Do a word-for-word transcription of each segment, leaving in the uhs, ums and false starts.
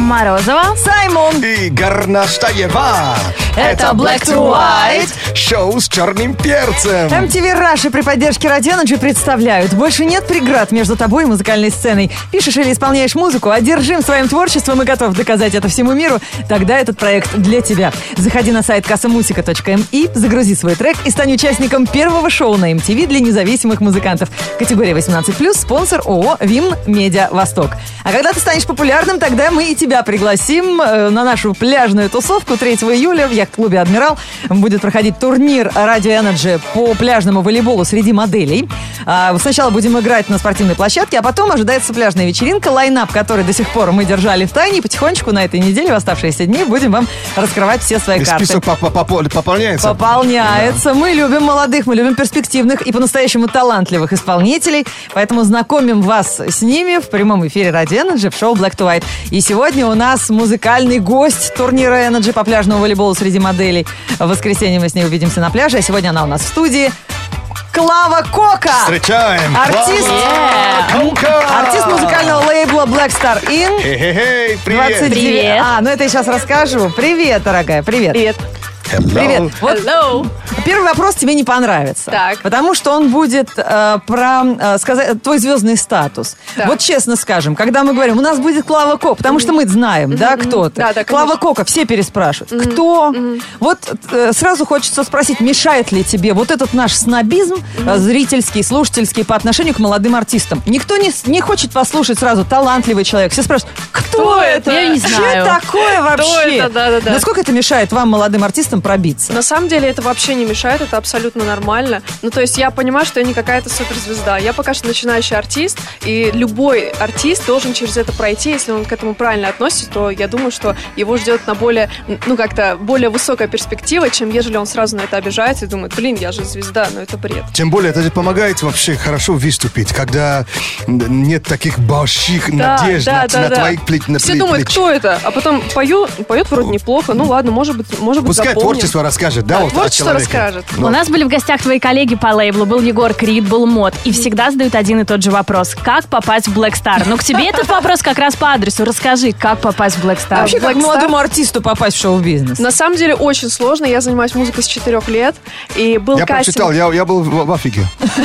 Морозова, Саймон и Горнаштаева. Это Black to White, шоу с черным перцем. эм ти ви Russia при поддержке Radio Energy представляют. Больше нет преград между тобой и музыкальной сценой. Пишешь или исполняешь музыку, одержим своим творчеством и готов доказать это всему миру, тогда этот проект для тебя. Заходи на сайт касамусика точка эм и, загрузи свой трек и стань участником первого шоу на эм ти ви для независимых музыкантов. Категория восемнадцать плюс, спонсор ООО «Вим Медиа Восток». А когда ты станешь популярным, тогда мы и тебя пригласим э, на нашу пляжную тусовку третьего июля в яхт-клубе «Адмирал». Будет проходить турнир Radio Energy по пляжному волейболу среди моделей. А, сначала будем играть на спортивной площадке, а потом ожидается пляжная вечеринка, лайнап, который до сих пор мы держали в тайне. И потихонечку на этой неделе, в оставшиеся дни, будем вам раскрывать все свои И карты. список пополняется? Пополняется. Мы любим молодых, мы любим перспективных и по-настоящему талантливых исполнителей. Поэтому знакомим вас с ними в прямом эфире Radio Energy в шоу Black to White. И сегодня у нас музыкальный гость турнира Energy по пляжному волейболу среди моделей. В воскресенье мы с ней увидимся на пляже, а сегодня она у нас в студии. Клава Кока! Встречаем! Артист, Клава Кока! артист музыкального лейбла Black Star Inn. Хей-хей-хей, привет! двадцать девять Привет. А, ну это я сейчас расскажу. Привет, дорогая, привет. Привет. Hello. Привет. Вот Hello. первый вопрос тебе не понравится. Так. Потому что он будет э, про э, сказать, твой звездный статус. Так. Вот честно скажем, когда мы говорим, у нас будет Клава Кока, потому что мы знаем, да, кто ты. Да, да, Клава конечно. Кока, все переспрашивают. Кто? Вот э, сразу хочется спросить, мешает ли тебе вот этот наш снобизм э, зрительский, слушательский по отношению к молодым артистам? Никто не, с- не хочет послушать сразу талантливый человек. Все спрашивают, кто, Кто это? это? Я не Что знаю. это такое вообще? это? Да-да-да. Насколько это мешает вам, молодым артистам, пробиться? На самом деле это вообще не мешает, это абсолютно нормально. Ну, то есть я понимаю, что я не какая-то суперзвезда. Я пока что начинающий артист, и любой артист должен через это пройти. Если он к этому правильно относится, то я думаю, что его ждет на более, ну, как-то более высокая перспектива, чем ежели он сразу на это обижается и думает, блин, я же звезда, но это бред. Тем более, это же помогает вообще хорошо выступить, когда нет таких больших Да, надежд да, на, да, на да. твоих плеч. На Все пле- думают, плеч. кто это, а потом пою, поет вроде неплохо, ну ладно, может быть, может быть, Пускай запомним. творчество расскажет, да, Да, вот о творчество человеке. расскажет. Ну, У нас были в гостях твои коллеги по лейблу. Был Егор Крид, был Мод. И всегда задают один и тот же вопрос. Как попасть в Black Star? Ну, к тебе этот вопрос как раз по адресу. Расскажи, как попасть в Black Star? Вообще, как Black Star? молодому артисту попасть в шоу-бизнес? На самом деле очень сложно. Я занимаюсь музыкой с четырех лет. И был я кастинг. прочитал, я, я был в, в офиге.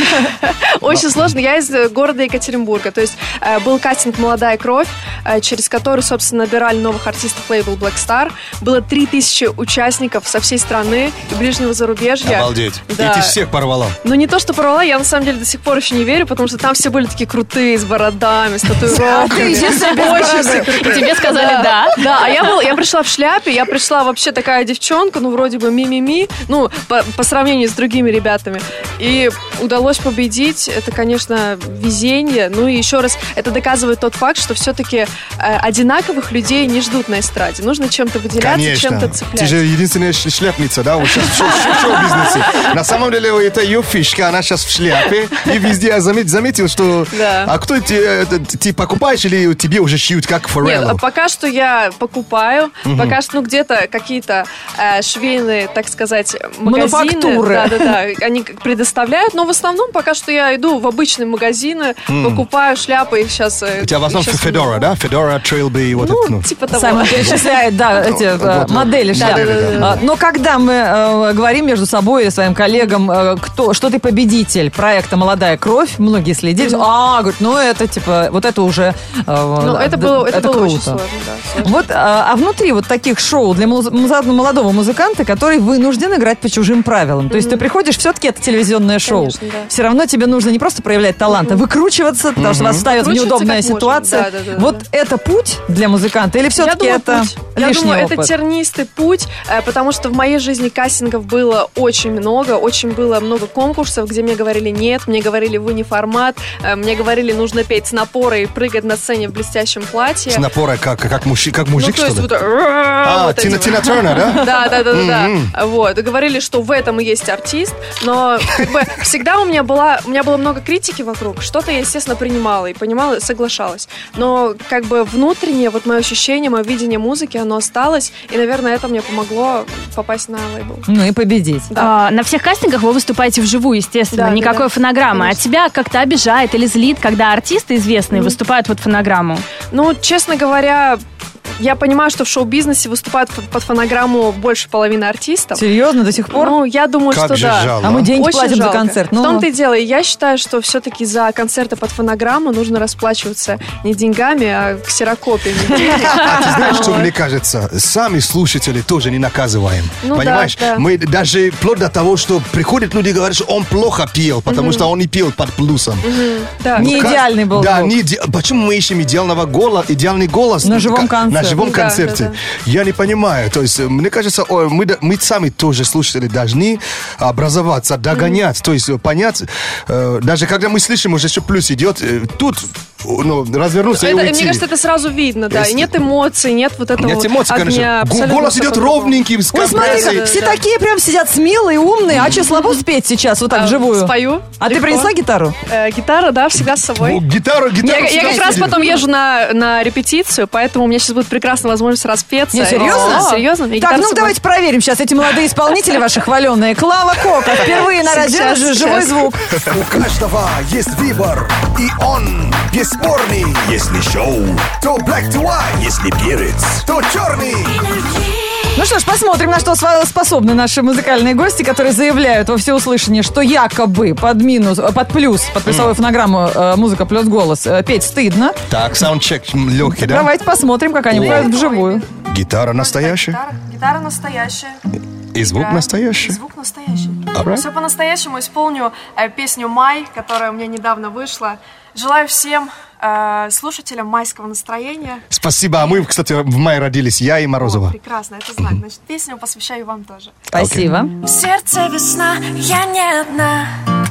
Очень сложно. Я из э, города Екатеринбурга. То есть э, был кастинг «Молодая кровь», э, через который, собственно, набирали новых артистов лейбл Black Star. Было три тысячи участников со всей страны и ближнего зарубежья. Обалдеть. Да. И ты всех порвала. Ну, не то, что порвала, я на самом деле до сих пор еще не верю, потому что там все были такие крутые, с бородами, с татуировками. Очень все крутые. И тебе сказали «да». Да, а я, был, я пришла в шляпе, я пришла вообще такая девчонка, ну, вроде бы ми-ми-ми, ну, по, по сравнению с другими ребятами. И удалось победить, это, конечно, везение. Ну, и еще раз, это доказывает тот факт, что все-таки э, одинаковых людей не ждут на эстраде. Нужно чем-то выделяться, Конечно. чем-то Ты цеплять. же единственная ш- шляпница, да, вот сейчас в шоу- в шоу-бизнесе. На самом деле, это ее фишка, она сейчас в шляпе. И везде я замет- заметил, что... Да. А кто ты, э, ты, ты покупаешь или тебе уже шьют, как Нет, Форелло? пока что я покупаю, пока что, ну, где-то какие-то э, швейные, так сказать, магазины. Мануфактуры. Да-да-да, они как предоставляют, но в основном пока что я иду в обычные магазины, покупаю шляпы, их сейчас... У тебя в основном Федора, да? Федора, Трейлби и вот Ну, это. Ну. типа того. Саймон перечисляет, да, эти э, вот, модели шляп. да, да, да. А, Но когда мы э, говорим между собой и своим коллегам, э, кто, что ты победитель проекта «Молодая кровь», многие следили, а, говорят, ну это типа, вот это уже э, Ну, да, это да, было, это было круто. очень сложно, да. сложно. Вот, а, а внутри вот таких шоу для муз- муза- молодого музыканта, который вынужден играть по чужим правилам. То есть ты приходишь, все-таки это телевизионное шоу. Конечно, да. Все равно тебе нужно не просто проявлять талант, а выкручиваться, потому что вас ставят в Выкручиваться неудобная как можно. ситуация. Да, да, да, вот да. это путь для музыканта или все-таки Я думаю, это путь. Я лишний думаю, опыт? это тернистый путь, э, потому что в моей жизни кастингов было очень много, очень было много конкурсов, где мне говорили нет, мне говорили вы не формат, э, мне говорили нужно петь с напора и прыгать на сцене в блестящем платье. С напора, как, как, мужик, как Ну, мужик, то что есть ли? вот, А, вот эти Тина, вот. Тина Тернер, да? Да, да, да, да, да. Вот. И говорили, что в этом и есть артист. Но как бы всегда у меня была, у меня было много критики вокруг. Что-то я, естественно, принимала и понимала, соглашалась. Но как бы внутреннее вот мое ощущение, мое видение музыки, оно осталось. И, наверное, это мне помогло попасть на лейбл. Ну и победить. Да. А, на всех кастингах вы выступаете вживую, естественно, Да, да, никакой да. фонограммы. А Конечно. тебя как-то обижает или злит, когда артисты известные выступают под фонограмму? Ну, честно говоря, я понимаю, что в шоу-бизнесе выступают ф- под фонограмму больше половины артистов. Серьезно, до сих пор? Ну, я думаю, Как что же да. жалко. А мы деньги Очень платим жалко. за концерт. В Ну, том-то и дело. И я считаю, что все-таки за концерты под фонограмму нужно расплачиваться не деньгами, а ксерокопиями денег. А ты знаешь, что Вот. мне кажется? Сами слушатели тоже не наказываем. Ну Понимаешь? да, да. Мы даже вплоть до того, что приходят люди и говорят, что он плохо пел, потому что он не пел под плюсом. Да. Не Как- идеальный был Да, звук. не иде- почему мы ищем идеального гола, идеальный голос На живом Ка- концерте. На живом Да, концерте. да, да. Я не понимаю. То есть, э, мне кажется, о, мы, да- мы сами тоже, слушатели, должны образоваться, догонять. То есть, э, понять, э, даже когда мы слышим, уже еще плюс идет, э, тут ну, развернуться и Это, уйти. мне кажется, это сразу видно, да. Если- И нет эмоций, нет вот этого Нет эмоций, огня. конечно. Гу- абсолютно Голос всё идет по-другому. ровненький, с Ой, смотри, компрессией. как все да, да. такие прям сидят смелые, умные. А что, слабо спеть сейчас вот так А, вживую? спою. А ты Легко. принесла гитару? Э, гитара, да, всегда с собой. Ну, гитару, Я, гитару я всегда как раз сидит. потом езжу на, на репетицию, поэтому у меня сейчас будет прекрасная возможность распеться. Не, серьезно? О, серьезно? Так, И гитара с ну собой. давайте проверим сейчас эти молодые исполнители ваши хваленые. Клава Кока впервые на радио Сейчас, ж- живой сейчас. звук. У каждого есть выбор, и он бесспорный. Если шоу, то black to white. Если перец, то черный. Ну что ж, посмотрим, на что сва- способны наши музыкальные гости, которые заявляют во всеуслышание, что якобы под минус, э, под плюс, под плюсовую фонограмму э, музыка плюс голос э, петь стыдно. Так, саундчек легкий, да? Давайте посмотрим, как они О. поют вживую. Гитара настоящая. Гитара, гитара настоящая. И звук Играю. настоящий. Звук настоящий. Alright. Все по-настоящему. Исполню э, песню «Май», которая у меня недавно вышла. Желаю всем э, слушателям майского настроения. Спасибо. А мы, кстати, в мае родились, я и О, Морозова. прекрасно, это знак. Значит, песню посвящаю вам тоже. Спасибо. В сердце весна, я не одна.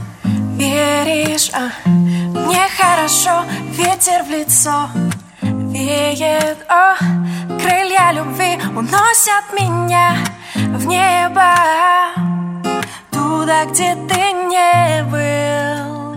Веришь, а? Мне хорошо, ветер в лицо веет, о, крылья любви уносят меня в небо, туда, где ты не был.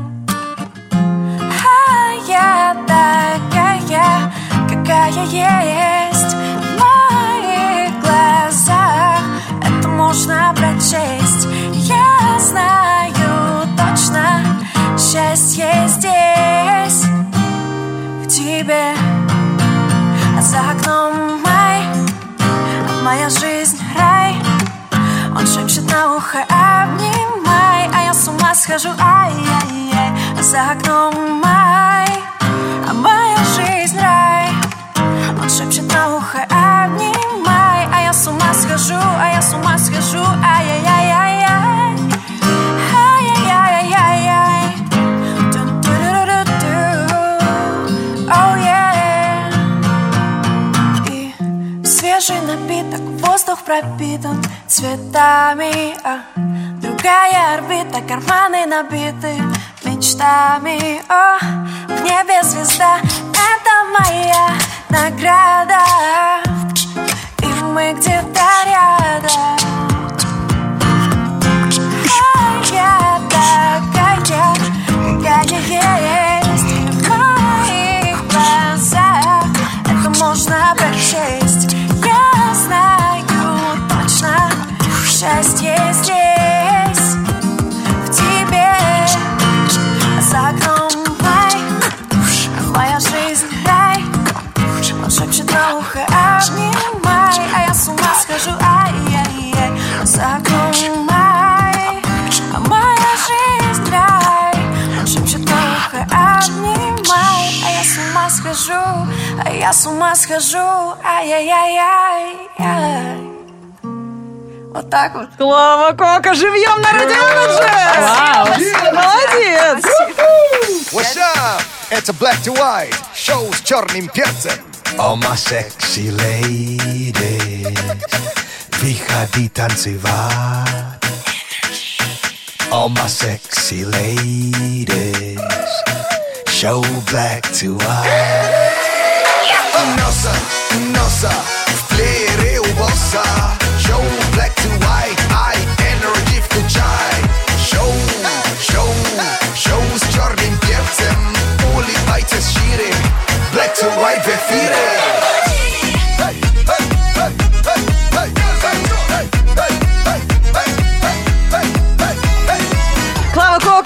А я такая, какая есть в моих глазах. Это можно прочесть. Я знаю точно, счастье здесь, в тебе. А за окном май, а моя жизнь рай. Он шепчет на ухо: обнимай, а я с ума схожу, ай-яй-яй. А за окном май, а моя жизнь рай. Он шепчет на ухо: обнимай, а я с ума схожу, а я с ума схожу, ай-яй-яй-яй-яй. Ай-яй-яй-яй-яй. Ту-ту-ру-ру-ту. Oh, yeah. И свежий напиток, воздух пропитан цветами, а другая орбита, карманы набиты мечтами. О, в небе звезда, это моя награда, и мы где-то рядом. А я такая, какая есть в моих глазах. Это можно прочесть. Я знаю точно, счастье здесь, в тебе. За окном май, моя жизнь рай. Он шепчет на ухо: обнимай, а я с ума схожу, ай-яй-яй. За окном май, а моя жизнь рай. Он шепчет на ухо: обнимай, а я с ума схожу, а я с ума схожу, ай-яй-яй-яй. Вот так вот. Клава Кока живьем на радио. Вау. Молодец. What's up? Это black to white. Шоу с черным перцем. All my sexy ladies, выходи танцевать. All my sexy ladies, show black to white. Носа, носа, в плеере у босса. Show black to white, I energy включай. Шоу, шоу, шоу с черным перцем. Улыбайтесь шире, black to white в эфире. Клава Кока, певица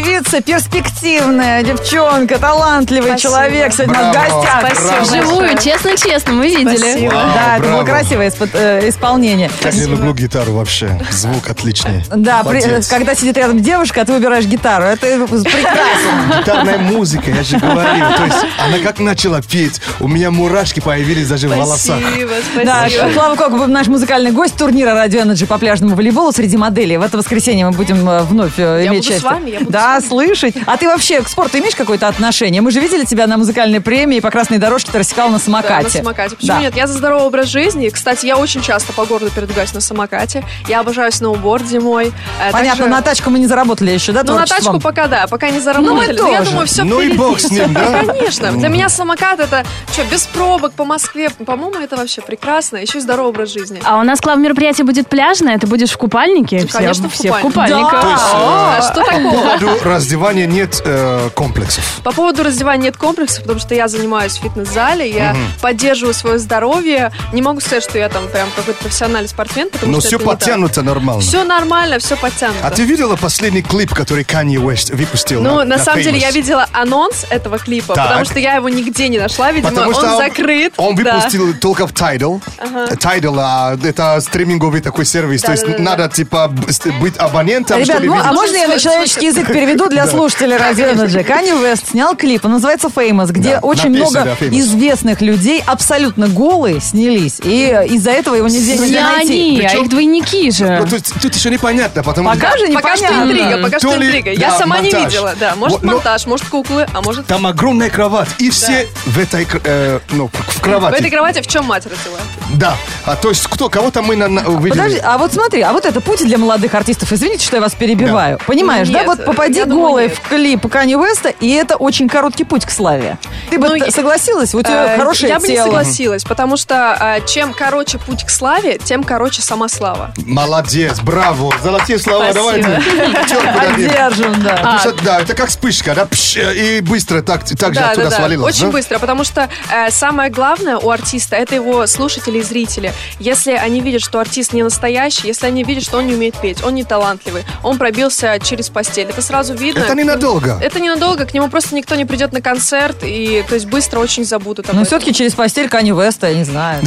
певица, перспективная девчонка, талантливый Спасибо. человек сегодня Браво. в гостях. Спасибо. Вживую, честно-честно, мы видели. Спасибо. Вау, Да, это было браво. красивое испо- э, исполнение. Как я люблю гитару вообще. Звук отличный. Да, при- Молодец. когда сидит рядом девушка, а ты выбираешь гитару. Это прекрасно. Гитарная музыка, я же говорил. То есть она как начала петь, у меня мурашки появились даже в волосах. Спасибо, Да, спасибо. Клава Кока, наш музыкальный гость турнира «Радио Энерджи» по пляжному волейболу среди моделей. В это воскресенье мы будем э, вновь э, Я иметь буду с счастье. вами, я буду Да, с вами. слышать. А ты вообще к спорту имеешь какое-то отношение? Мы же видели тебя на музыкальной премии по красной дорожке, ты рассекал на Да, самокате. на самокате. Почему Да. нет? Я за здоровый образ жизни. Кстати, я очень часто по городу передвигаюсь на самокате. Я обожаю сноуборд зимой. Э, Понятно, также- на тачку мы не заработали еще, да, Ну, на творчеством? тачку пока да, пока не заработали. Ну, мы Но я тоже. думаю, все Ну и бог с ним, да? Конечно. Для меня самокат это что, без пробок по Москве. По-моему, это вообще прекрасно. Еще и здоровый образ жизни. А у нас, Клав, мероприятие будет пляжное, ты будешь в купальнике? Все- Конечно, в все в купальнике. купальниках. То есть, э, А что По такого? поводу раздевания нет э, комплексов. По поводу раздевания нет комплексов, потому что я занимаюсь в фитнес-зале, я поддерживаю свое здоровье. Не могу сказать, что я там прям какой-то профессиональный спортсмен, потому Но что все это не так. подтянуто нормально. Все нормально, все подтянуто. А ты видела последний клип, который Kanye West выпустил? Ну, на, на самом деле, Famous? я видела анонс этого клипа, Так. потому что я его нигде не нашла, видимо, Потому что он, он, закрыт. он Да. выпустил только в Tidal. Tidal, а, это стриминговый такой сервис. Да, То есть да, да, надо, типа, б- с- быть абонентом, Ребят, чтобы ну, а видеть. можно я на Слушай, человеческий язык переведу для слушателей Радио Энерджи? Kanye West снял клип, он называется Famous, где Да, очень на песню, много да, Famous. известных людей абсолютно голые снялись. И из-за этого его нельзя, нельзя Не найти. они, а их двойники же. Ну, тут, тут еще непонятно, потому Пока что же Пока что непонятно. интрига, пока То что ли- интрига. Я да, сама не монтаж. видела, да. Может Вот, но- монтаж, может куклы, а может... там огромная кровать, и все в этой, кр- э, ну, в В кровати. этой кровати в чем мать родила? Да. А то есть кто, кого-то мы на, на- увидели. Подожди, а вот смотри, а вот это путь для молодых артистов. Извините, что я вас перебиваю. Понимаешь, да? Нет, Вот попади я думаю, голой нет. в клип Kanye West, и это очень короткий путь к славе. Ты бы Ну, т- я- согласилась? У тебя Э, хорошее Я бы не тело. согласилась, потому что э, чем короче путь к славе, тем короче сама слава. Молодец, браво. Золотые слова, Спасибо. давайте. Пятерку дадим. Поддержим, да. Потому что, да, это как вспышка, да, пш, и быстро так, так же Да, оттуда да, да. свалилось. Очень да? быстро, потому что э, самое главное у артиста это его слушатели и зрители. Если они видят, что артист не настоящий, если они видят, что он не умеет петь, он не талантливый, он пробился через постель, это сразу видно. Это ненадолго. Это ненадолго, к нему просто никто не придет на концерт, и то есть быстро очень забудут об Но этом. все-таки через постель Kanye West, я не знаю.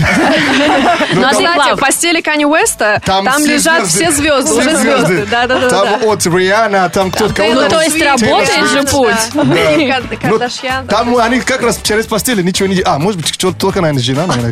Ну, а ты, Кстати, Клав, в постели Канье Уэста там, все лежат все звезды, Все уже звезды. Да, да, да, Там да. от Риhanna, там кто-то... кого Ну, там- то есть Тейлор работает Свифт. же путь. Да. И Кар- Ну, Кардашьян. да. Там они как раз через постели ничего не... А, может быть, что- только, наверное, жена, наверное.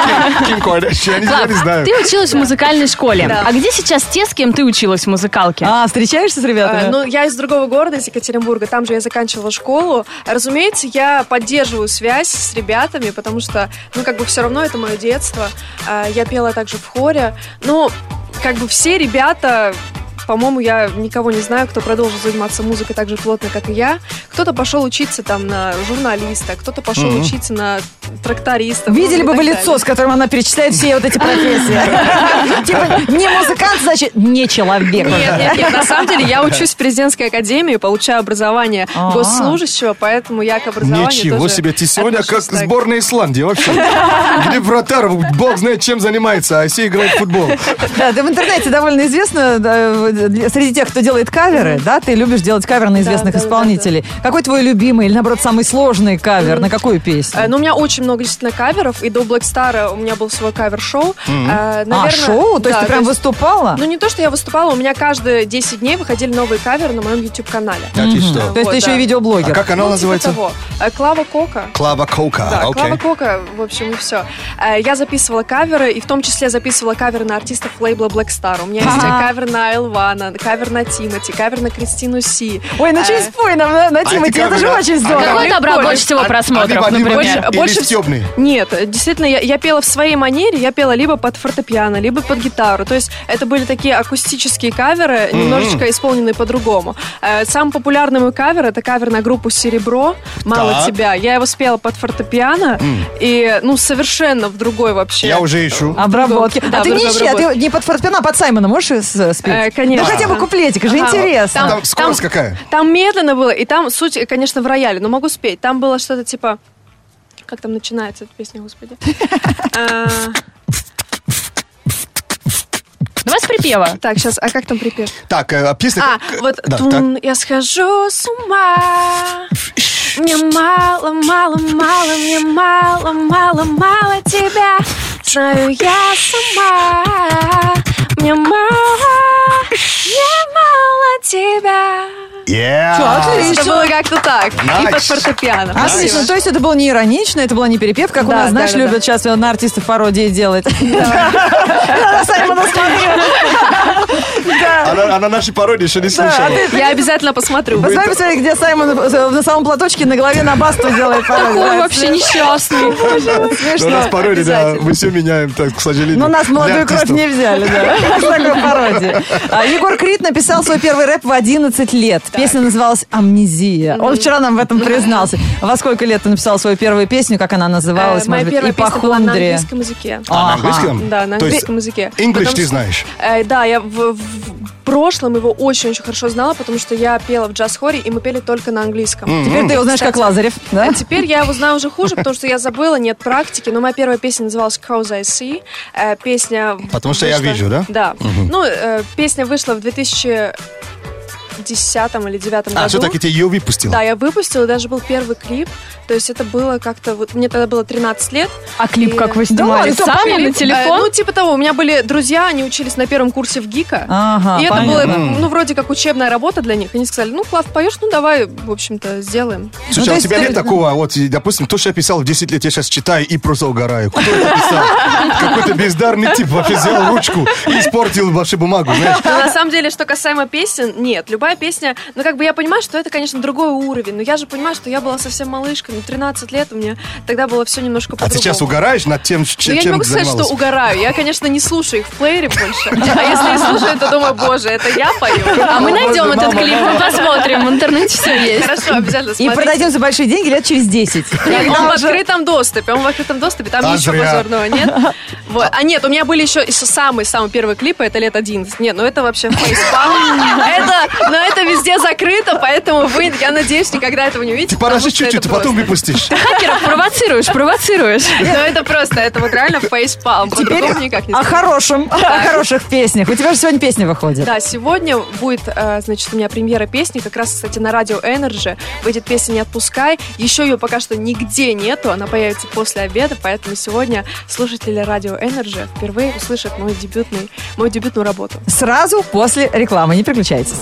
Ким Кардашьян, я Клав, не знаю. ты училась в музыкальной школе. Да. А где сейчас те, с кем ты училась в музыкалке? А, встречаешься с Э, ребятами? Ну, я из другого города, из Екатеринбурга, там же я заканчивала школу. Разумеется, я поддерживаю связь с ребятами, потому что, ну, как бы все равно это мое детство. Э, Я пела также в хоре. Ну, как бы все ребята... По-моему, я никого не знаю, кто продолжил заниматься музыкой так же плотно, как и я. Кто-то пошел учиться там на журналиста, кто-то пошел учиться на тракториста. Видели ну, бы и вы так лицо, далее. с которым она перечисляет все вот эти профессии. Типа, не музыкант, значит, не человек. Нет, нет, нет, на самом деле я учусь в президентской академии, получаю образование А-а. госслужащего, поэтому я к образованию Ничего тоже себе, ты сегодня отношусь как так. сборная Исландии вообще. Где вратарь, бог знает, чем занимается, а все играют в футбол. Да, ты в интернете довольно известно, да, для- среди тех, кто делает каверы, да, ты любишь делать кавер на известных да, да, исполнителей. Какой твой любимый или, наоборот, самый сложный кавер? На какую песню? Э, Ну, у меня очень много действительно каверов, и до Black Star у меня был свой кавер-шоу. Э, А, наверное, шоу? То есть да, ты прям выступала? Ну, не то, что я выступала, у меня каждые десять дней выходили новые каверы на моем YouTube-канале. А ты что? То есть Вот, ты еще да. и А видеоблогер. как канал Ну, типа называется? того. Э, Клава Кока. Клава Кока. Да, окей. Клава Кока, в общем, и все. Я записывала каверы, и в том числе записывала каверы на артистов лейбла Black Star. У меня есть Ага. кавер на Элвана, кавер на Тимати, кавер на Кристину Си. Ой, ну Э, что спой нам на, на Тимати, эти это же каверы- очень а здорово. Какой набрал прикольно. больше всего А- просмотров, они например? больше- Или больше- стебные? Нет, действительно, я, я пела в своей манере, я пела либо под фортепиано, либо под гитару. То есть это были такие акустические каверы, немножечко исполненные по-другому. Э, Самый популярный мой кавер — это кавер на группу «Серебро», «Мало Так. тебя». Я его спела под фортепиано, и, ну, совершенно в другой вообще. Я уже ищу. Обработки. Да, а ты в не другой ищи, а ты обработке. не под фортепиано, а под Саймона можешь э, с- спеть? Э, конечно. Ну хотя бы куплетик, же Ага, интересно. Там скорость какая? Там медленно было, и там суть, конечно, в рояле, но могу спеть. Там было что-то типа... Как там начинается эта песня, господи? А, Давай Давай с припева. Так, сейчас, а как там припев? Так, э, песня... А, как- вот да, тун, я схожу с ума. Мне мало, мало, мало, мне мало, мало, мало тебя. Знаю я сама. Мне мало, мне мало тебя. Yeah. Чё, отлично. Это было как-то так. И Nice. под фортепиано. Отлично, то есть это было не иронично, это была не перепев, как у Да, нас, да, знаешь, да, да. любят сейчас на артистов пародии делать. Да, Саймона смотрела. Она, она наши пародии еще не слышала. Я обязательно посмотрю. Вы сами посмотрите, где Саймон в носовом платочке на голове на басту делает пародию. Ой, вообще несчастный. Но у нас пародии, да, мы все меняем, так, к сожалению. Но нас молодую для кровь артистов. не взяли, да, с такой пародией. А, Егор Крид написал свой первый рэп в одиннадцать лет. Песня называлась «Амнезия». Он вчера нам в этом признался. Во сколько лет ты написал свою первую песню, как она называлась? Э, Моя может быть, первая песня была на «Ипохондрия»? английском языке. А, на английском? Да, на То есть английском языке. English Потому ты что- знаешь? Э, да, я в, в прошлом его очень-очень хорошо знала, потому что я пела в джаз-хоре, и мы пели только на английском. Теперь ты его знаешь как Лазарев, да? А теперь я его знаю уже хуже, потому что я забыла, нет практики. Но моя первая песня называлась «Cause I See». Э, песня Потому что я вышла- вижу, да? Да. Ну, э, песня вышла в две тысячи десятом или девятом А, году. все-таки ты ее выпустила? Да, я выпустила, даже был первый клип. То есть это было как-то... Вот, мне тогда было тринадцать лет. А клип И- как вы Да снимали? ладно, Сами клип? на Э, телефон? ну, типа того, у меня были друзья, они учились на первом курсе в ГИКа. Ага, и это понятно. было, ну, вроде как учебная работа для них. Они сказали, ну, Клав, поешь, ну, давай, в общем-то, сделаем. Слушай, Ну, то а у есть тебя ты- нет такого, вот, и, допустим, то, что я писал в десять лет, я сейчас читаю и просто угораю. Кто это писал? Какой-то бездарный тип вообще взял ручку и испортил вообще бумагу, знаешь? Но на самом деле, что касаемо песен, нет. Любая песня, ну, как бы я понимаю, что это, конечно, другой уровень. Но я же понимаю, что я была совсем малышкой. Ну, тринадцать лет у меня тогда было все немножко А по-другому. ты сейчас угораешь над тем, ч- Ну, чем я не могу ты сказать, занималась? что угораю. Я, конечно, не слушаю их в плеере больше. А если и слушаю, то думаю, боже, это я пою. А мы найдем Мама, этот мама, клип, мы посмотрим. В интернете все есть. Хорошо, обязательно И смотрите. продадим за большие деньги лет через десять. Нет, он Когда в уже- открытом доступе, он в открытом доступе, там А ничего зря. позорного нет. Вот. А нет, у меня были еще, еще самые-самые первые клипы, это лет одиннадцать. Нет, ну это вообще фейспалм. Это, но это везде закрыто, поэтому вы, я надеюсь, никогда этого не увидите. Ты поражи потому что чуть-чуть, это ты потом просто- выпустишь. Хакеров провоцируешь, провоцируешь. Ну это просто, это вот реально фейспалм. По-другому никак не О сказать. хорошем, о хороших песнях. У тебя же сегодня песня выходит. Да, сегодня будет, э, значит, у меня премьера песни, как раз, кстати, на радио Energy. Выйдет песня «Не отпускай». Еще ее пока что нигде нету, она появится после обеда, поэтому сегодня слушатели радио Energy впервые услышат мой дебютный, мою дебютную работу. Сразу после рекламы. Не переключайтесь.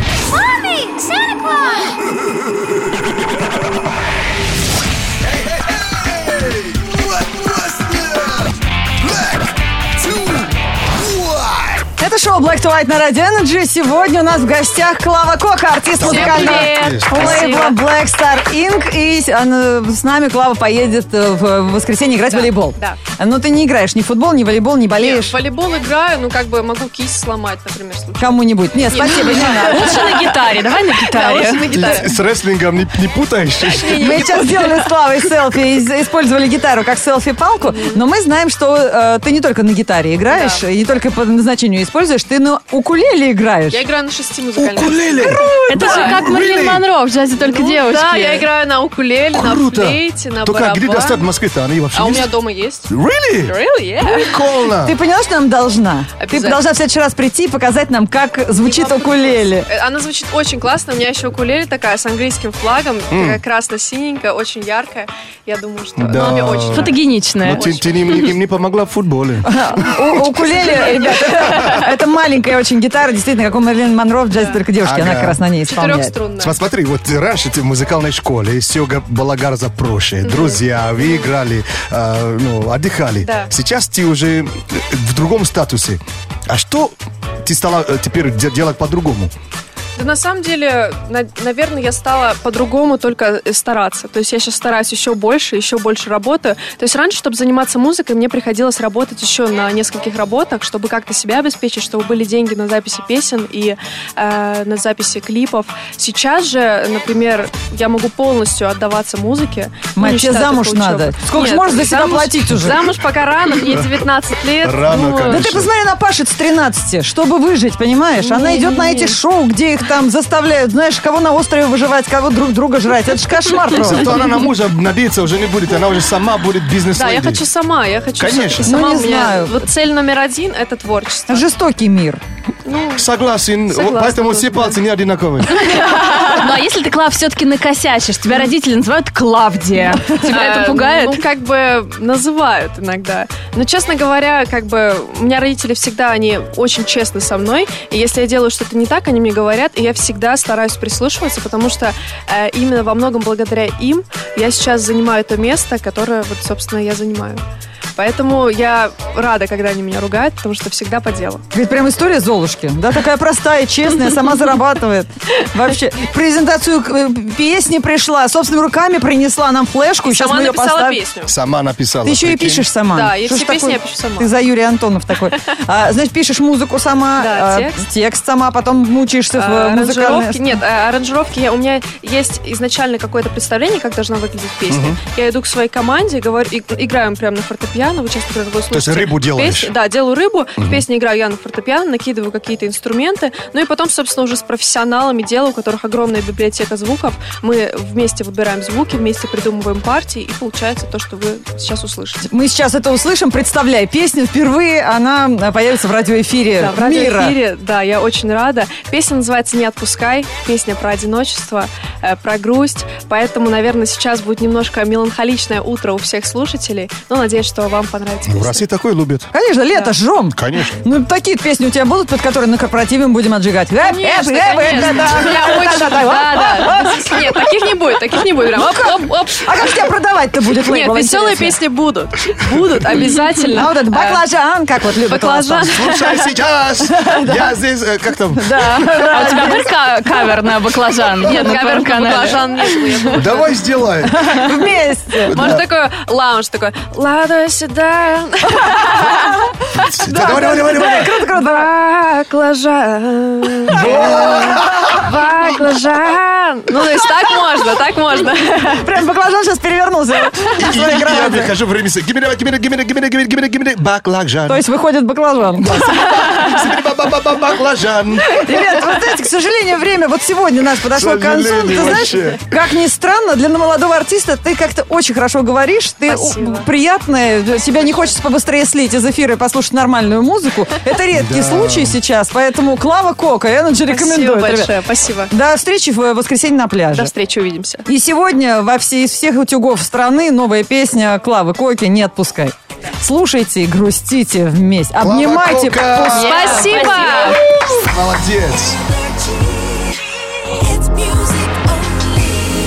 Это шоу Black to White на Radio Energy. Сегодня у нас в гостях Клава Кока, артист музыкального привет. лейбла Black Star инк. И она- с нами Клава поедет в воскресенье играть в волейбол. да. Но ты не играешь ни в футбол, ни в волейбол, не Я болеешь в волейбол играю, ну как бы могу кисть сломать, например, случайно. кому-нибудь. Нет, спасибо, не надо. Лучше на гитаре, давай на Да, гитаре. лучше на гитаре. С рестлингом не, не путаешь? Мы сейчас сделали с Клавой селфи, и использовали гитару как селфи-палку, но мы знаем, что э, ты не только на гитаре играешь, Да. и не только по назначению используешь, ты на укулеле играешь. Я играю на шести музыкальных. Укулеле! Это же как Мэрилин Монро в «Джазе только Ну, девочки». Да, я играю на укулеле, Круто! на флейте, на Только где достать в барабане. Москве-то? Они вообще А у есть? меня дома есть. Really? Really? Yeah. Прикольно! Ты поняла, что нам должна? Ты Обязательно. должна в следующий раз прийти и показать нам, как звучит Не вопрос. укулеле. Э, Она звучит очень классно. У меня еще укулеле такая с английским флагом, такая красно-синенькая, очень яркая. Я думаю, что Да. ну, она мне очень Фотогеничная. Ну, ты, ты им, им не помогла в футболе. У- Укулеле, ребят, это, это маленькая очень гитара, действительно, как у Мэрилин Монро в «Джазе только девушки», она Ага. как раз на ней исполняет. четырехструнная. Смотри, вот раньше ты в музыкальной школе, все было гораздо проще. Друзья, вы играли, э, ну, отдыхали. Да. Сейчас ты уже в другом статусе. А что ты стала э, теперь де- делать по-другому? Да на самом деле, на- наверное, я стала по-другому только э, стараться. То есть я сейчас стараюсь еще больше, еще больше работаю. То есть раньше, чтобы заниматься музыкой, мне приходилось работать еще на нескольких работах, чтобы как-то себя обеспечить, чтобы были деньги на записи песен и э, на записи клипов. Сейчас же, например, я могу полностью отдаваться музыке. Ну, Мать, не тебе считая замуж только учебы. надо. Сколько ж Нет, можешь за себя замуж- платить уже? Замуж пока рано, мне девятнадцать лет. Рано, ну, конечно. Да ты посмотри на Паши с тринадцати, чтобы выжить, понимаешь? Она идет на эти шоу, где их их там заставляют, знаешь, кого на острове выживать, кого друг друга жрать. Это ж кошмар просто. То она на мужа надеяться уже не будет, она уже сама будет бизнес. Да, я хочу сама, я хочу Конечно. всё-таки сама. Ну, не У меня знаю. вот цель номер один — это творчество. Жестокий мир. Согласен, Согласна поэтому тоже, все да. пальцы не одинаковые. Ну а если ты, Клав, все-таки накосячишь, тебя родители называют Клавдия. Тебя это Э, пугает? Ну, как бы называют иногда. Но, честно говоря, как бы у меня родители всегда, они очень честны со мной. И если я делаю что-то не так, они мне говорят, и я всегда стараюсь прислушиваться, потому что э, именно во многом благодаря им я сейчас занимаю то место, которое, вот, собственно, я занимаю. Поэтому я рада, когда они меня ругают, потому что всегда по делу. Ведь прям история Золушки. Да, такая простая, честная, сама зарабатывает. Вообще, презентацию э, песни пришла, собственными руками принесла нам флешку. Сейчас Сама мы ее написала поставим. песню. Сама написала. Ты еще и прикинь. пишешь сама. Да, и Что все ж песни такое? я пишу сама. Ты за Юрий Антонов такой. А, значит, пишешь музыку сама, Да, а, текст. текст сама, потом мучаешься в А, музыкальной... аранжировки, нет, а, аранжировки, я, у меня есть изначально какое-то представление, как должна выглядеть песня. Я иду к своей команде, говорю, и, играем прямо на фортепиано, вы часто, когда вы То есть слушаете рыбу делаешь? песни- да, делаю рыбу, в песне играю я на фортепиано, накидываю какие-то инструменты, ну и потом, собственно, уже с профессионалами делаю, у которых огромная библиотека звуков, мы вместе выбираем звуки, вместе придумываем партии, и получается то, что вы сейчас услышите. Мы сейчас это услышим. Представляй, песня впервые, она появится в радиоэфире Да, в мира. радиоэфире, да, я очень рада. Песня называется «Не отпускай», песня про одиночество, э, про грусть, поэтому, наверное, сейчас будет немножко меланхоличное утро у всех слушателей, но надеюсь, что вам понравится В песня. России такое любят. Конечно, лето, Да. жжем. Конечно. Ну, такие песни у тебя будут, под которые на корпоративе мы будем отжигать. Конечно, конечно. Я очень... Да, да. Нет, таких не будет, таких не будет. Прям оп, оп, оп. А как же тебя продавать-то будет Нет, лейбл, веселые интересно? песни будут. Будут, обязательно. А вот этот баклажан, как вот любят Баклажан. у вас Слушай, сейчас я здесь, э, как там? там? Да, А у тебя был ка- кавер на баклажан? Нет, на Кавер на Твоем-канале. баклажан не было, я думаю. Давай сделаем. вместе. Может, такой лаунж, такой «Лада сюда». Давай, давай, давай, давай. Круто, круто. Баклажан. Баклажан. Ну, то есть так можно, так можно. Прям баклажан сейчас перевернулся. И и я прихожу в ремесе. Give me that, give me that, give me that, give me that, give me that, give me that, give me that. Баклажан. То есть выходит баклажан. Баклажан. Ребят, вы знаете, к сожалению, время вот сегодня наш подошло к концу. Ты сожалению, знаешь, вообще. как ни странно, для молодого артиста ты как-то очень хорошо говоришь. Ты Спасибо. у- приятная. Тебя не хочется побыстрее слить из эфира и послушать нормальную музыку. Это редкий Да. случай сейчас. Поэтому Клава Кока, Energy Спасибо рекомендует. ребят. большое, спасибо. До встречи в воскресенье на пляже. До встречи, увидимся. И сегодня во все, из всех утюгов страны новая песня Клавы Коки «Не отпускай». Слушайте и грустите вместе. Обнимайте. Кока. Спасибо! Молодец. It's music only.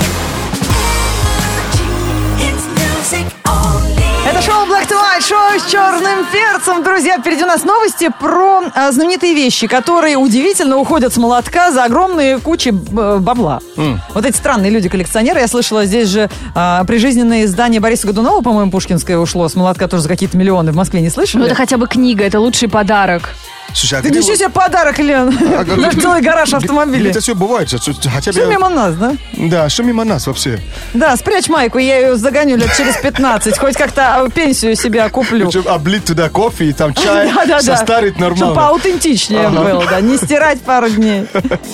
It's music only. Это шоу Black to White, шоу с черным перцем. Друзья, впереди у нас новости про а, знаменитые вещи, которые удивительно уходят с молотка за огромные кучи б- бабла. Вот эти странные люди-коллекционеры. Я слышала, здесь же а, прижизненное издание Бориса Годунова, по-моему, пушкинское ушло с молотка тоже за какие-то миллионы. В Москве не слышали? Ну это хотя бы книга, это лучший подарок. Слушай, а Ты где ничего вот- себе подарок, Лен. а как- Наш целый гараж автомобилей. Это все бывает. что- что- Хотя бы... Все мимо нас, да? Да, что мимо нас вообще? Да, спрячь майку, я ее загоню лет через пятнадцать. Хоть как-то а, пенсию себе куплю. Чтобы облить туда кофе и там чай Да-да-да. состарить Чтобы нормально. поаутентичнее было, да. Не стирать пару дней.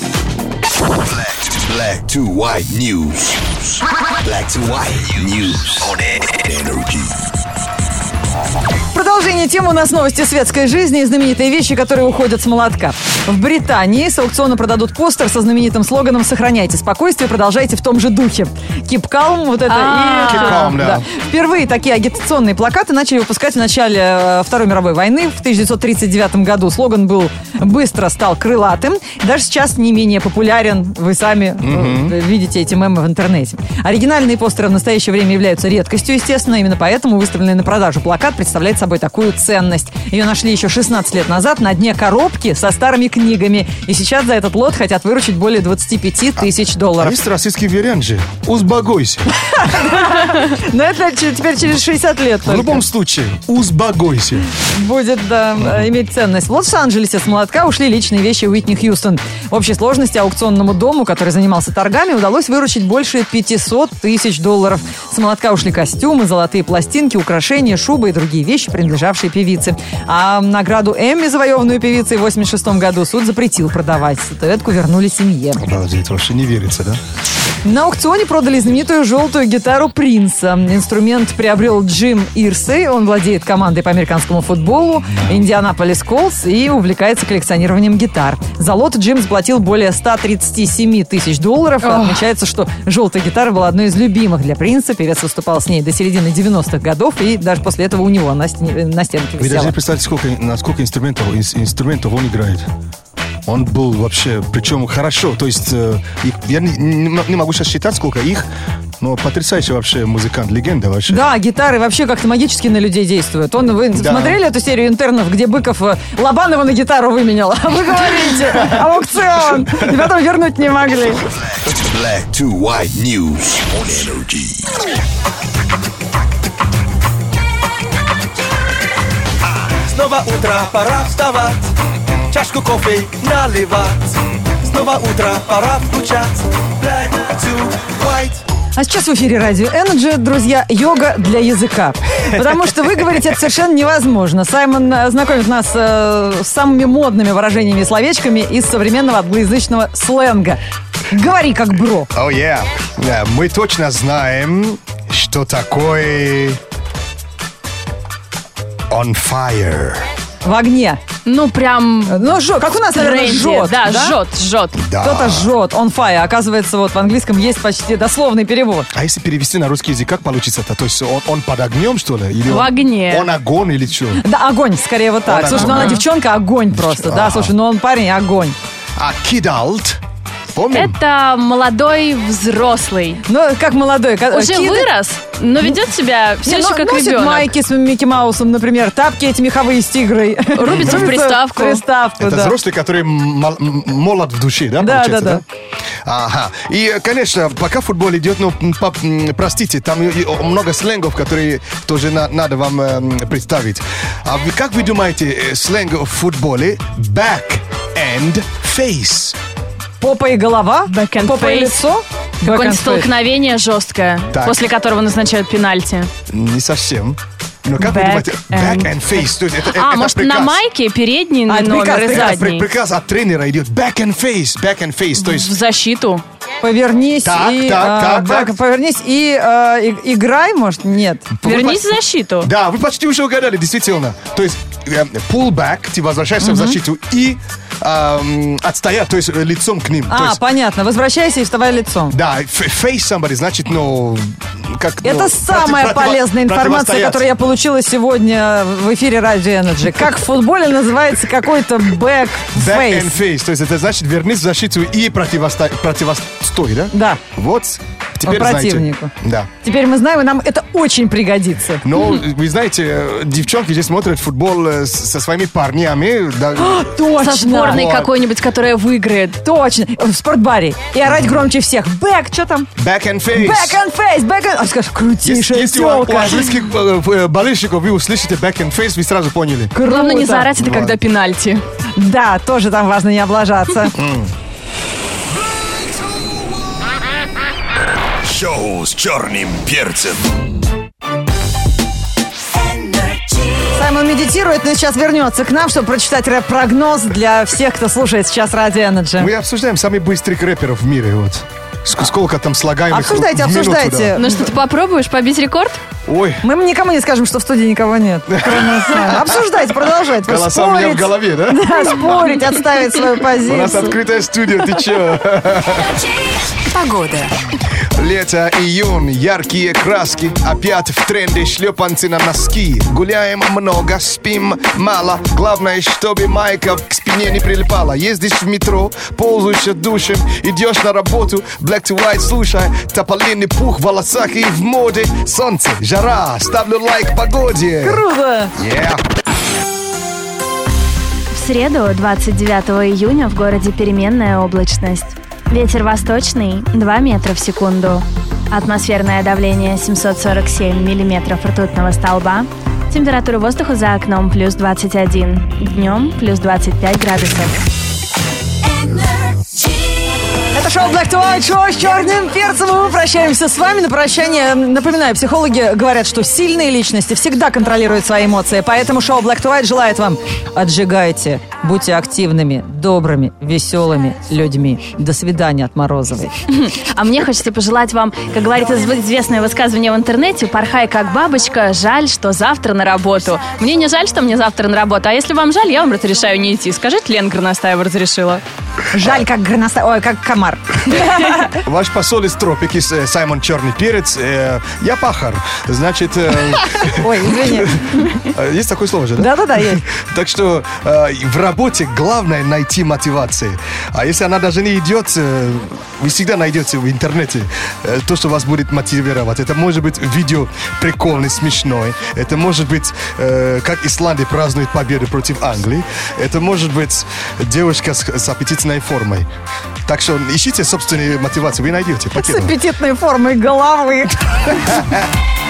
Black to white news. Black to white news on Energy. Продолжение темы у нас новости светской жизни и знаменитые вещи, которые уходят с молотка. В Британии с аукциона продадут постер со знаменитым слоганом «Сохраняйте спокойствие, продолжайте в том же духе». Keep calm, вот это А. и... Keep calm, да. Впервые такие агитационные плакаты начали выпускать в начале э, Второй мировой войны. В тысяча девятьсот тридцать девятом году слоган был «Быстро стал крылатым». Даже сейчас не менее популярен. Вы сами э, видите эти мемы в интернете. Оригинальные постеры в настоящее время являются редкостью, естественно. Именно поэтому выставленный на продажу плакат представляет собой такую ценность. Ее нашли еще шестнадцать лет назад на дне коробки со старыми книгами. И сейчас за этот лот хотят выручить более двадцать пять тысяч А долларов. есть российский вариант же. Узбагойся. Но это ч- теперь через шестьдесят лет В только любом случае, узбагойся. будет, да, э, иметь ценность. В Лос-Анджелесе с молотка ушли личные вещи Уитни Хьюстон. В общей сложности аукционному дому, который занимался торгами, удалось выручить больше пятьсот тысяч долларов. С молотка ушли костюмы, золотые пластинки, украшения, шубы и другие вещи, принадлежавшие певице. А награду Эмми, завоеванную певицей в восемьдесят шестом году, году суд запретил продавать. Статуэтку вернули семье. Обалдеть, вообще не верится, да? На аукционе продали знаменитую желтую гитару Принца. Инструмент приобрел Джим Ирсей. Он владеет командой по американскому футболу Индианаполис Колтс и увлекается коллекционированием гитар. За лот Джим заплатил более сто тридцать семь тысяч долларов. Ох. Отмечается, что желтая гитара была одной из любимых для Принца. Певец выступал с ней до середины девяностых годов, и даже после этого у него на, стен- на стенке Вы даже висела. не представляете, сколько, на сколько инструментов, ин- инструментов он играет. Он был вообще, причем хорошо, то есть э, их- я не, не- не могу сейчас считать, сколько их, но потрясающий вообще музыкант, легенда вообще. Да, гитары вообще как-то магически на людей действуют. Он, вы Да. смотрели эту серию интернов, где Быков э, Лобанова на гитару выменял? А вы говорите, аукцион! И потом вернуть не могли. Black to white news on Energy. Снова утро, пора вставать, чашку кофе наливать. Снова утро, пора включать Black to white. А сейчас в эфире радио Energy, друзья, йога для языка. Потому что вы говорите, это совершенно невозможно. Саймон э, знакомит нас э, с самыми модными выражениями и словечками из современного англоязычного сленга. Говори как бро. Oh yeah. Yeah, мы точно знаем, что такое on fire. В огне. Ну, прям... Ну, жжет. Как у нас, наверное, тренде. жжет. Да, жжет, жжет. Да. Кто-то жжет, on fire. Оказывается, вот в английском есть почти дословный перевод. А если перевести на русский язык, как получится-то? То есть он, он под огнем, что ли? Или В он, огне. Он огонь или что? Да, огонь, скорее вот так. Он Слушай, ну огонь. она девчонка, огонь просто. Да, слушай, ну он парень, огонь. А кидалт, помним? Это молодой взрослый. Ну, как молодой. ка- Уже кидает- вырос, но ведет себя все Не, еще ну, как носит ребенок. майки с Микки Маусом, например, тапки эти меховые с тигрой. Рубится в приставку. В приставку, Это да. взрослый, который мол- м- молод в душе, да, Да, получается, да, да. Ага. И, конечно, пока футбол идет, ну, м, по- м, простите, там и- и много сленгов, которые тоже на- надо вам эм, представить. А вы, как вы думаете, э, сленг в футболе back and face? Попа и голова, Back and попа и face. лицо. Back Какое-нибудь and face. столкновение жесткое, Так. после которого назначают пенальти. Не совсем. Но как вы Back думаете, back and and face? То есть это, А, это может, приказ. на майке передний А, это номер приказ, и приказ, При- задний? Приказ от тренера идет back and face, back and face. То В есть защиту. Повернись Так, и... так, а, так, бэк- так. Повернись и, а, и- играй, может, нет. Вернись в защиту. да, вы почти уже угадали, действительно. То есть э, pull back, ты возвращаешься в защиту и эм, отстоять, то есть э, лицом к ним. То А, есть, понятно. Возвращайся и вставай лицом. да, f- face somebody значит, ну, как... Это ну, самая против- полезная против- информация, противостоять. которую я получила сегодня в эфире Радио Energy. Как в футболе называется какой-то back Back and face. face, то есть это значит вернись в защиту и противосто... противостой, да? Да. Вот, теперь Противнику. знаете. Да. Теперь мы знаем, и нам это очень пригодится. Но, вы знаете, э, девчонки здесь смотрят футбол э, с- со своими парнями. да. Точно. Со сборной Вот. какой-нибудь, которая выиграет. Точно. В спортбаре. И орать громче всех. Back, что там? Back and face. Back and face, back and... А скажешь, Если, крутейшая если у, у тёлка. английских э, э, болельщиков вы услышите back and face, вы сразу поняли. Главное не Круто. заорать, это когда пенальти. Да, тоже там важно не облажаться. Шоу с черным перцем. Саймон медитирует, но сейчас вернется к нам, чтобы прочитать рэп-прогноз для всех, кто слушает сейчас Радио Energy. Мы обсуждаем самых быстрых рэперов в мире. Вот. Ск- Сколько там слагаемых Обсуждайте, в минуту, обсуждайте. Ну что, ты попробуешь побить рекорд? да. Ой, Мы никому не скажем, что в студии никого нет. кроме с вами. Обсуждайте, продолжайте. голоса у меня в Спорить. голове, да? Да, спорить, отставить свою У нас позицию. открытая студия, ты чё? Погода. Лето, июнь, яркие краски. Опять в тренде шлепанцы на носки. Гуляем много, спим мало. Главное, чтобы майка к спине не прилипала. Ездишь в метро, пользуешься душем. Идешь на работу, black to white, слушай. Тополиный пух в волосах и в моде. Солнце, жара, ставлю лайк погоде. Круто. Yeah. В среду, двадцать девятого июня, в городе переменная облачность. Ветер восточный два метра в секунду. Атмосферное давление семьсот сорок семь миллиметров ртутного столба. Температура воздуха за окном плюс двадцать один. Днем плюс двадцать пять градусов. Это шоу Шоу Black to White, шоу с черным перцем. И мы прощаемся с вами. На прощание, напоминаю, психологи говорят, что сильные личности всегда контролируют свои эмоции. Поэтому шоу Black to White желает вам: отжигайте, будьте активными, добрыми, веселыми людьми. До свидания от Морозовой. А мне хочется пожелать вам, как говорит известное высказывание в интернете: порхай как бабочка, жаль, что завтра на работу. Мне не жаль, что мне завтра на работу, а если вам жаль, я вам разрешаю не идти. Скажите, Лена Горностаева разрешила. Жаль, как горностай, ой, как комар. Ваш посол из тропики, Саймон Черный Перец. э, Я пахар. Значит... э, Ой, извини. Есть такое слово же, да? Да-да-да, есть. Так что э, в работе главное найти мотивацию. А если она даже не идет, э, вы всегда найдете в интернете э, то, что вас будет мотивировать. Это может быть видео прикольный, смешной. Это может быть, э, как Исландия празднует победу против Англии. Это может быть девушка с, с аппетитной формой. Так что ищите собственную мотивацию, вы найдете. С аппетитной формой головы.